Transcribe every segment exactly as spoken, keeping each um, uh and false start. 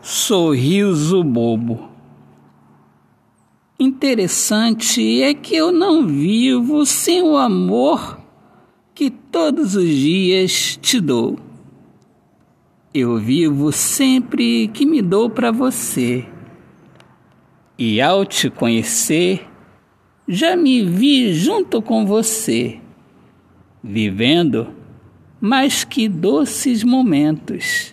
Sorriso bobo. Interessante é que eu não vivo sem o amor que todos os dias te dou. Eu vivo sempre que me dou para você. E ao te conhecer, já me vi junto com você, vivendo mais que doces momentos.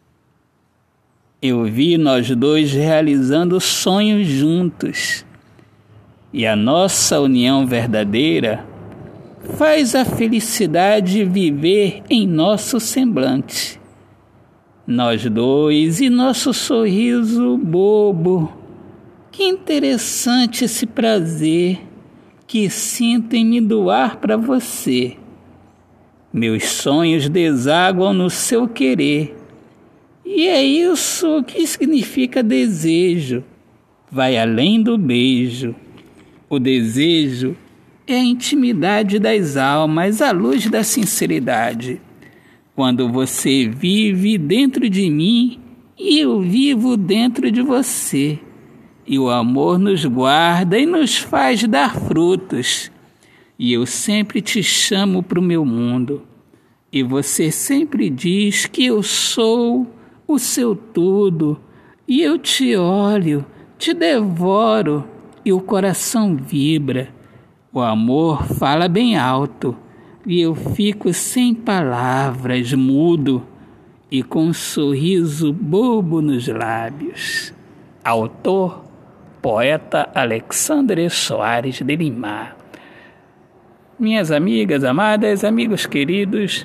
Eu vi nós dois realizando sonhos juntos, e a nossa união verdadeira faz a felicidade viver em nosso semblante. Nós dois e nosso sorriso bobo. Que interessante esse prazer que sinto em me doar para você. Meus sonhos desaguam no seu querer. E é isso que significa desejo. Vai além do beijo. O desejo é a intimidade das almas, a luz da sinceridade. Quando você vive dentro de mim e eu vivo dentro de você. E o amor nos guarda e nos faz dar frutos. E eu sempre te chamo para o meu mundo. E você sempre diz que eu sou o seu tudo, e eu te olho, te devoro, e o coração vibra. O amor fala bem alto, e eu fico sem palavras, mudo, e com um sorriso bobo nos lábios. Autor, poeta Alexandre Soares de Lima. Minhas amigas amadas, amigos queridos,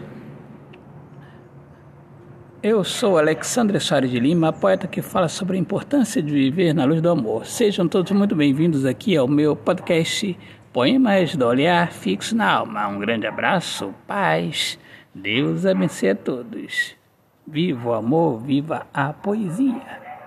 eu sou Alexandre Soares de Lima, poeta que fala sobre a importância de viver na luz do amor. Sejam todos muito bem-vindos aqui ao meu podcast Poemas do Olhar Fixo na Alma. Um grande abraço, paz, Deus abençoe a todos. Viva o amor, viva a poesia.